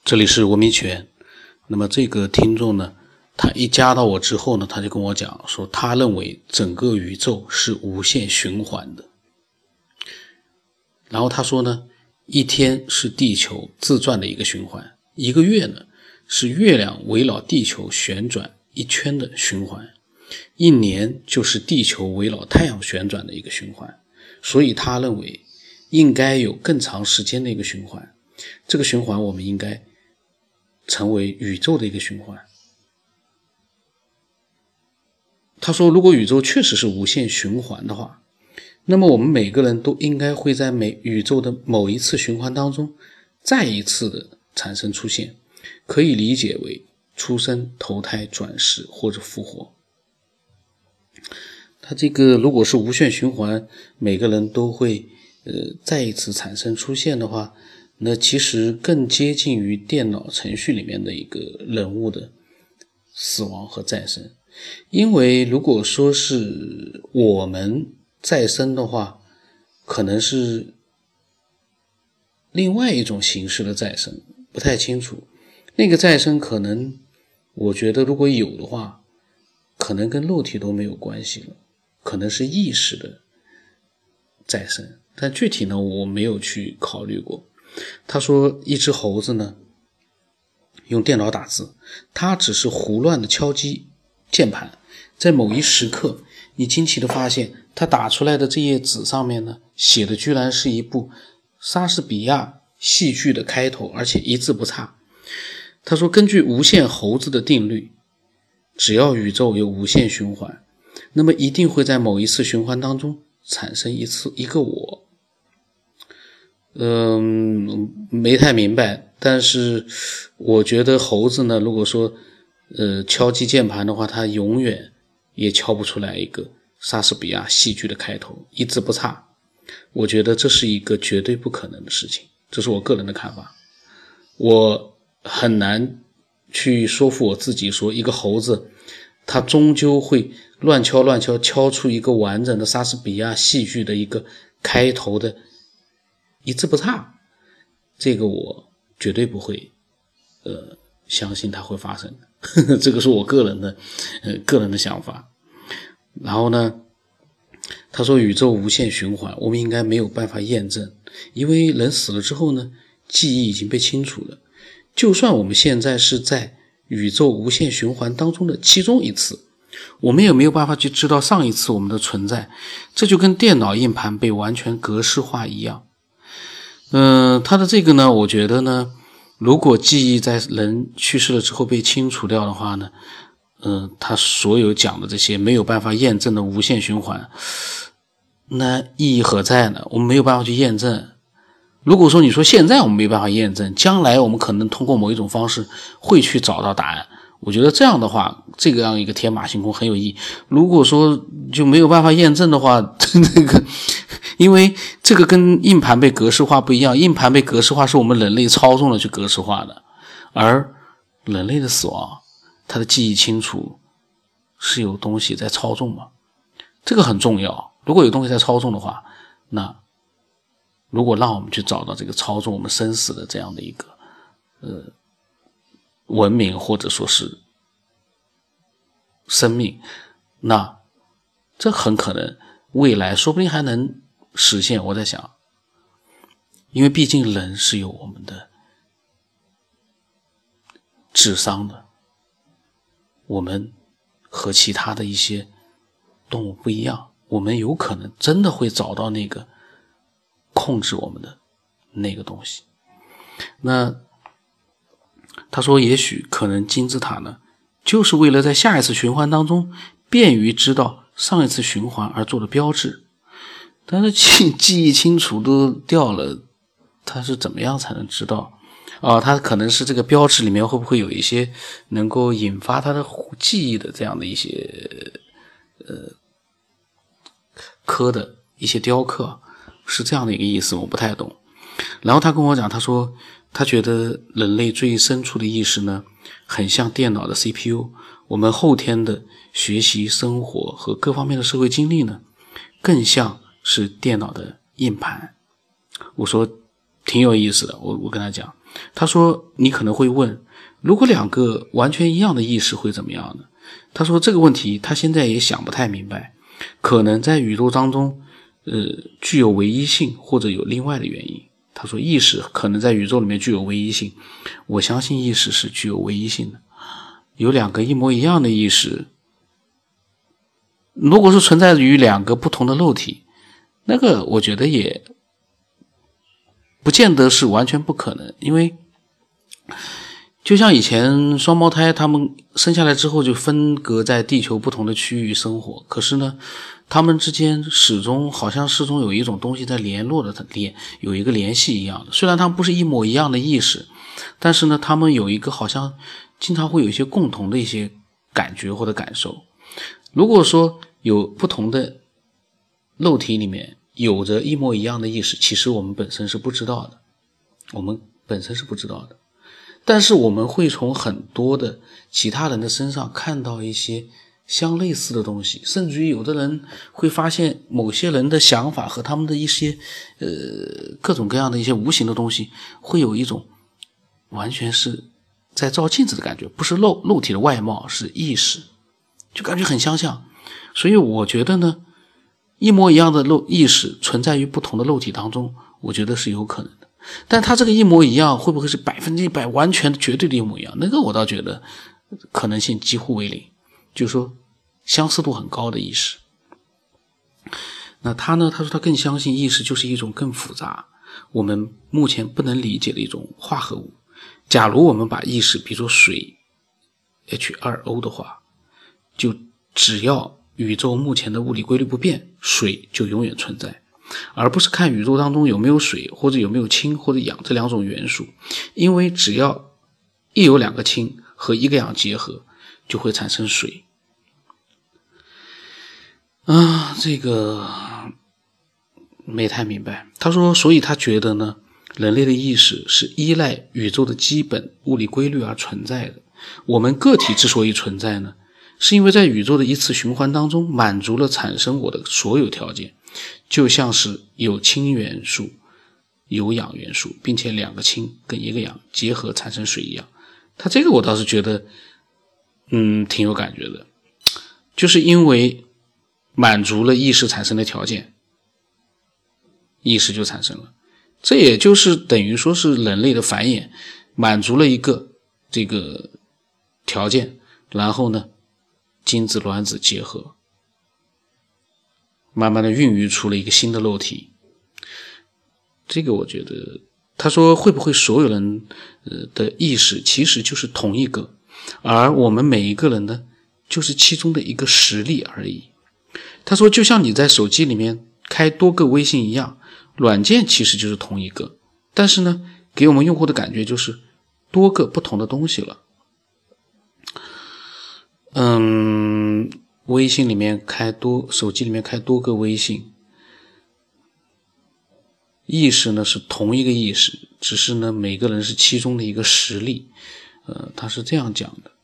这里是文明权。那么这个听众呢，他一加到我之后呢，他就跟我讲说，他认为整个宇宙是无限循环的。然后他说呢，一天是地球自转的一个循环，一个月呢是月亮围绕地球旋转一圈的循环，一年就是地球围绕太阳旋转的一个循环。所以他认为应该有更长时间的一个循环，这个循环我们应该成为宇宙的一个循环。他说如果宇宙确实是无限循环的话，那么我们每个人都应该会在宇宙的某一次循环当中再一次的产生出现，可以理解为出生、投胎、转世或者复活。他这个如果是无限循环，每个人都会再一次产生出现的话，那其实更接近于电脑程序里面的一个人物的死亡和再生。因为如果说是我们再生的话，可能是另外一种形式的再生，不太清楚。那个再生可能我觉得如果有的话，可能跟肉体都没有关系了，可能是意识的再生，但具体呢我没有去考虑过。他说一只猴子呢用电脑打字，它只是胡乱的敲击键盘，在某一时刻你惊奇的发现它打出来的这页纸上面呢写的居然是一部莎士比亚戏剧的开头，而且一字不差。他说根据无限猴子的定律，只要宇宙有无限循环，那么一定会在某一次循环当中产生一个我。没太明白，但是我觉得猴子呢，如果说敲击键盘的话，它永远也敲不出来一个莎士比亚戏剧的开头，一字不差。我觉得这是一个绝对不可能的事情，这是我个人的看法。我很难去说服我自己说一个猴子它终究会乱敲敲出一个完整的莎士比亚戏剧的一个开头的一字不差，这个我绝对不会相信它会发生的这个是我个人的想法。然后呢他说宇宙无限循环我们应该没有办法验证，因为人死了之后呢记忆已经被清除了，就算我们现在是在宇宙无限循环当中的其中一次，我们也没有办法去知道上一次我们的存在，这就跟电脑硬盘被完全格式化一样。他的这个呢，我觉得呢，如果记忆在人去世了之后被清除掉的话呢，他所有讲的这些没有办法验证的无限循环，那意义何在呢？我们没有办法去验证。如果说你说现在我们没办法验证，将来我们可能通过某一种方式会去找到答案，我觉得这样的话，这样一个天马行空很有意义。如果说就没有办法验证的话，这个因为这个跟硬盘被格式化不一样，硬盘被格式化是我们人类操纵了去格式化的，而人类的死亡，它的记忆清除是有东西在操纵吗？这个很重要。如果有东西在操纵的话，那如果让我们去找到这个操纵我们生死的这样的一个文明或者说是生命，那这很可能未来说不定还能实现。我在想，因为毕竟人是有我们的智商的，我们和其他的一些动物不一样，我们有可能真的会找到那个控制我们的那个东西。那他说也许可能金字塔呢就是为了在下一次循环当中便于知道上一次循环而做的标志，但是记忆清楚都掉了，他是怎么样才能知道他可能是这个标志里面会不会有一些能够引发他的记忆的这样的一些刻的一些雕刻，是这样的一个意思，我不太懂。然后他跟我讲，他说他觉得人类最深处的意识呢很像电脑的 CPU， 我们后天的学习生活和各方面的社会经历呢更像是电脑的硬盘。我说挺有意思的，我跟他讲， 他说你可能会问，如果两个完全一样的意识会怎么样呢？他说这个问题他现在也想不太明白，可能在宇宙当中具有唯一性，或者有另外的原因。他说意识可能在宇宙里面具有唯一性，我相信意识是具有唯一性的。有两个一模一样的意识，如果是存在于两个不同的肉体，那个我觉得也不见得是完全不可能。因为就像以前双胞胎他们生下来之后就分隔在地球不同的区域生活，可是呢他们之间好像始终有一种东西在联络的，有一个联系一样的。虽然他们不是一模一样的意识，但是呢他们有一个好像经常会有一些共同的一些感觉或者感受。如果说有不同的肉体里面有着一模一样的意识，其实我们本身是不知道的，但是我们会从很多的其他人的身上看到一些相类似的东西，甚至于有的人会发现某些人的想法和他们的一些各种各样的一些无形的东西，会有一种完全是在照镜子的感觉，不是肉体的外貌，是意识，就感觉很相像。所以我觉得呢，一模一样的意识存在于不同的肉体当中，我觉得是有可能的。但它这个一模一样会不会是100%完全绝对的一模一样，那个我倒觉得可能性几乎为零，就是说相似度很高的意识。那他说他更相信意识就是一种更复杂，我们目前不能理解的一种化合物。假如我们把意识比作水 H2O 的话，就只要宇宙目前的物理规律不变，水就永远存在，而不是看宇宙当中有没有水或者有没有氢或者氧这两种元素。因为只要一有两个氢和一个氧结合，就会产生水。这个没太明白。他说所以他觉得呢，人类的意识是依赖宇宙的基本物理规律而存在的。我们个体之所以存在呢，是因为在宇宙的一次循环当中满足了产生我的所有条件，就像是有氢元素有氧元素，并且两个氢跟一个氧结合产生水一样。他这个我倒是觉得挺有感觉的，就是因为满足了意识产生的条件，意识就产生了。这也就是等于说是人类的繁衍满足了一个这个条件，然后呢精子卵子结合，慢慢的孕育出了一个新的肉体。这个我觉得他说会不会所有人的意识其实就是同一个，而我们每一个人呢就是其中的一个实例而已。他说就像你在手机里面开多个微信一样，软件其实就是同一个，但是呢给我们用户的感觉就是多个不同的东西了。微信里面手机里面开多个微信，意识呢是同一个意识，只是呢每个人是其中的一个实例。他是这样讲的。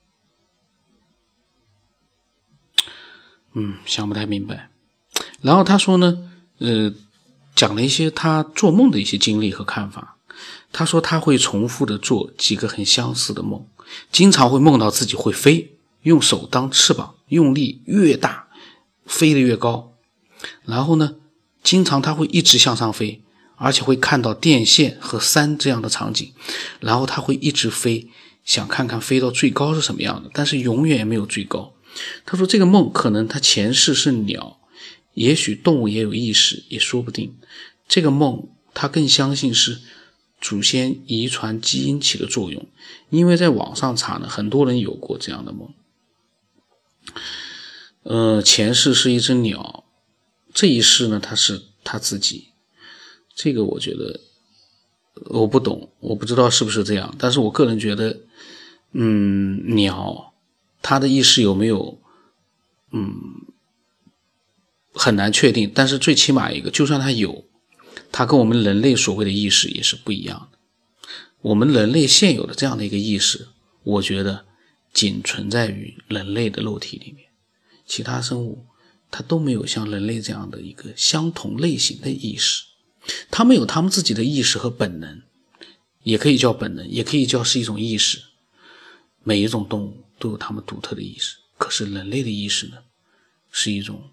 想不太明白。然后他说呢讲了一些他做梦的一些经历和看法。他说他会重复的做几个很相似的梦，经常会梦到自己会飞，用手当翅膀，用力越大飞得越高。然后呢经常他会一直向上飞，而且会看到电线和山这样的场景，然后他会一直飞，想看看飞到最高是什么样的，但是永远也没有最高。他说这个梦可能他前世是鸟，也许动物也有意识也说不定。这个梦他更相信是祖先遗传基因起的作用，因为在网上查呢，很多人有过这样的梦。前世是一只鸟，这一世呢他是他自己。这个我觉得我不懂，我不知道是不是这样，但是我个人觉得鸟它的意识有没有很难确定，但是最起码一个，就算它有，它跟我们人类所谓的意识也是不一样的。我们人类现有的这样的一个意识，我觉得仅存在于人类的肉体里面，其他生物它都没有像人类这样的一个相同类型的意识，他们有他们自己的意识和本能， 也可以叫本能，也可以叫是一种意识。每一种动物都有它们独特的意识，可是人类的意识呢，是一种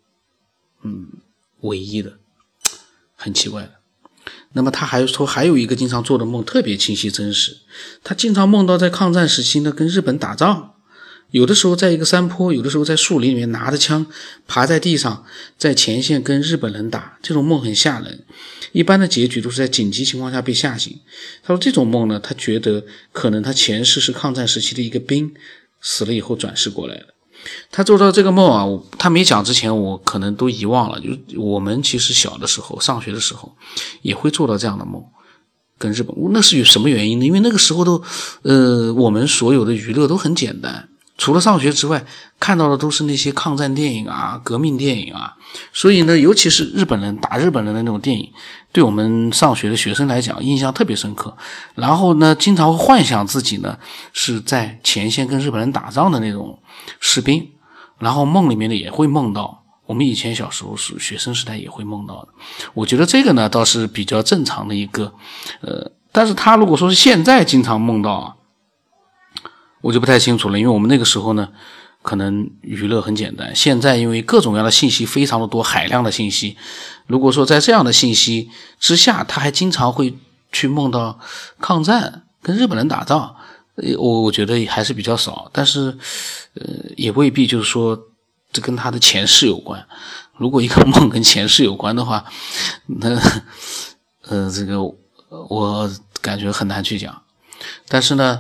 唯一的，很奇怪的。那么他还说还有一个经常做的梦特别清晰真实，他经常梦到在抗战时期呢跟日本打仗，有的时候在一个山坡，有的时候在树林里面拿着枪爬在地上，在前线跟日本人打，这种梦很吓人，一般的结局都是在紧急情况下被吓醒。他说这种梦呢，他觉得可能他前世是抗战时期的一个兵，死了以后转世过来的。他做到这个梦啊，他没讲之前我可能都遗忘了，就我们其实小的时候上学的时候也会做到这样的梦，跟日本，那是有什么原因呢？因为那个时候都我们所有的娱乐都很简单，除了上学之外看到的都是那些抗战电影啊、革命电影啊，所以呢尤其是日本人打日本人的那种电影，对我们上学的学生来讲印象特别深刻。然后呢经常会幻想自己呢是在前线跟日本人打仗的那种士兵，然后梦里面呢也会梦到，我们以前小时候是学生时代也会梦到的。我觉得这个呢倒是比较正常的一个但是他如果说是现在经常梦到啊，我就不太清楚了，因为我们那个时候呢可能娱乐很简单，现在因为各种各样的信息非常的多，海量的信息，如果说在这样的信息之下他还经常会去梦到抗战跟日本人打仗，我觉得还是比较少，但是也未必就是说这跟他的前世有关。如果一个梦跟前世有关的话，那这个我感觉很难去讲。但是呢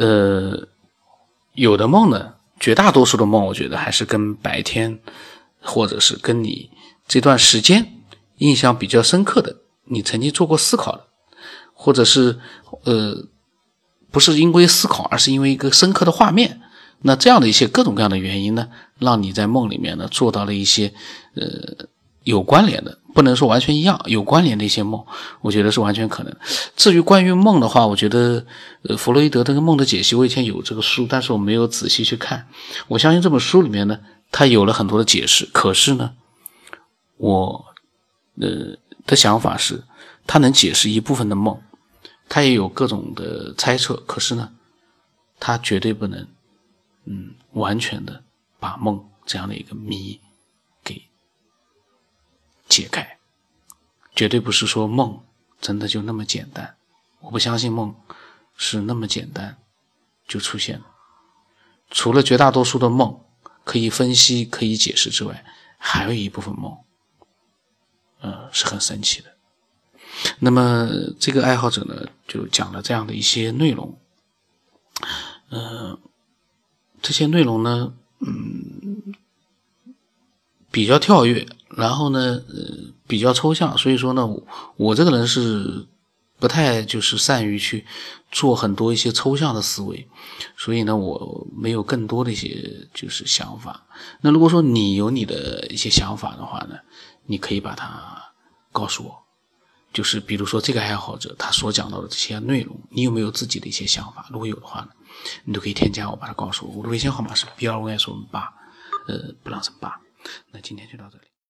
有的梦呢，绝大多数的梦我觉得还是跟白天或者是跟你这段时间印象比较深刻的，你曾经做过思考的，或者是不是因为思考，而是因为一个深刻的画面，那这样的一些各种各样的原因呢，让你在梦里面呢做到了一些有关联的，不能说完全一样，有关联的一些梦，我觉得是完全可能。至于关于梦的话，我觉得弗洛伊德这个梦的解析，我以前有这个书，但是我没有仔细去看。我相信这本书里面呢，它有了很多的解释，可是呢，我的想法是，它能解释一部分的梦，它也有各种的猜测，可是呢，它绝对不能完全的把梦这样的一个谜给解开，绝对不是说梦真的就那么简单，我不相信梦是那么简单就出现了。除了绝大多数的梦可以分析可以解释之外，还有一部分梦是很神奇的。那么这个爱好者呢就讲了这样的一些内容，这些内容呢比较跳跃，然后呢比较抽象，所以说呢我这个人是不太就是善于去做很多一些抽象的思维，所以呢我没有更多的一些就是想法。那如果说你有你的一些想法的话呢，你可以把它告诉我，就是比如说这个爱好者他所讲到的这些内容，你有没有自己的一些想法？如果有的话呢，你都可以添加我，把它告诉我。我的微信号码是 B258 不让8。那今天就到这里。